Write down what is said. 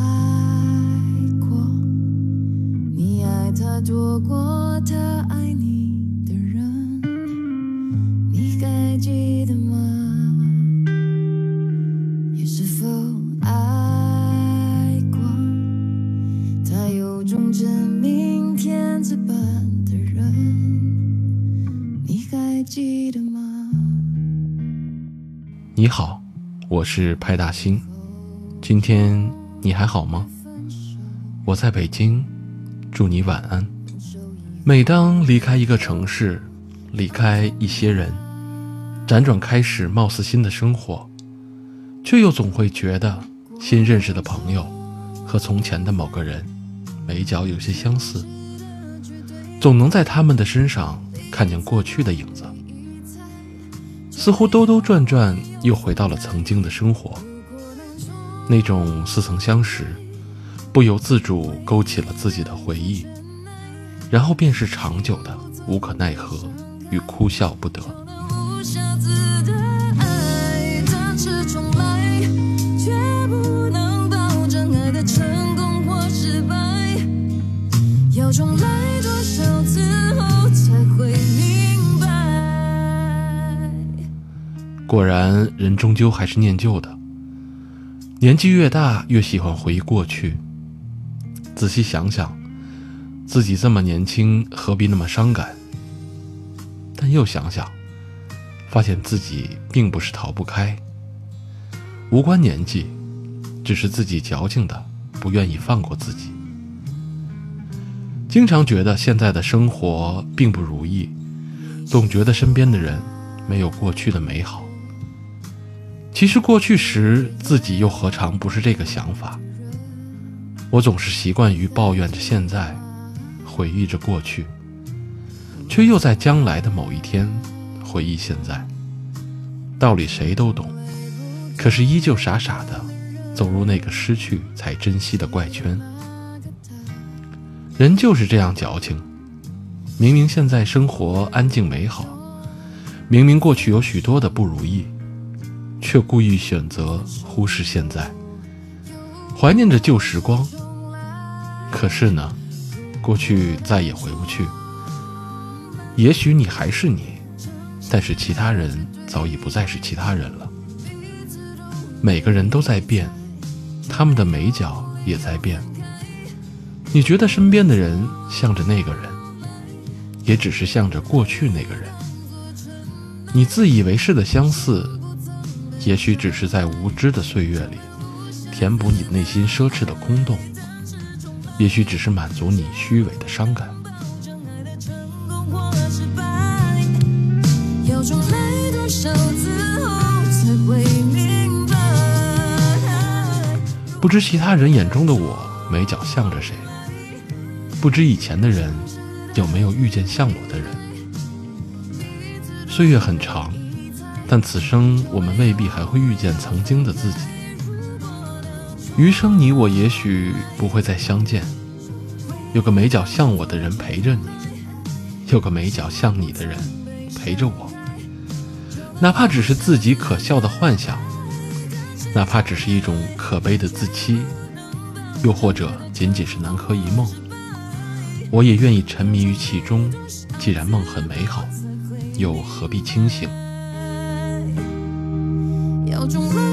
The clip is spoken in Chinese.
过，你爱他多过他爱你的人，你还记得吗？也是否爱过他有种真命天子般的人，你还记得吗？ 你好，我是派大星，今天你还好吗？我在北京，祝你晚安。每当离开一个城市，离开一些人，辗转开始貌似新的生活，却又总会觉得新认识的朋友和从前的某个人眉角有些相似，总能在他们的身上看见过去的影子，似乎兜兜转转又回到了曾经的生活。那种似曾相识，不由自主勾起了自己的回忆，然后便是长久的无可奈何与哭笑不得。 要重来多少次后才会明白。 果然人终究还是念旧的，年纪越大越喜欢回忆过去。仔细想想，自己这么年轻何必那么伤感，但又想想，发现自己并不是逃不开，无关年纪，只是自己矫情的不愿意放过自己。经常觉得现在的生活并不如意，总觉得身边的人没有过去的美好。其实过去时自己又何尝不是这个想法？我总是习惯于抱怨着现在，回忆着过去，却又在将来的某一天回忆现在。道理谁都懂，可是依旧傻傻的走入那个失去才珍惜的怪圈。人就是这样矫情，明明现在生活安静美好，明明过去有许多的不如意，却故意选择忽视现在，怀念着旧时光。可是呢，过去再也回不去。也许你还是你，但是其他人早已不再是其他人了。每个人都在变，他们的眉角也在变。你觉得身边的人向着那个人，也只是向着过去那个人。你自以为是的相似，也许只是在无知的岁月里填补你内心奢侈的空洞，也许只是满足你虚伪的伤感。 要重来多少次后才会明白。 不知其他人眼中的我眉角向着谁，不知以前的人有没有遇见像我的人。岁月很长，但此生我们未必还会遇见曾经的自己。余生你我也许不会再相见，有个眉角像我的人陪着你，有个眉角像你的人陪着我。哪怕只是自己可笑的幻想，哪怕只是一种可悲的自欺，又或者仅仅是南柯一梦，我也愿意沉迷于其中。既然梦很美好，又何必清醒？ 要重来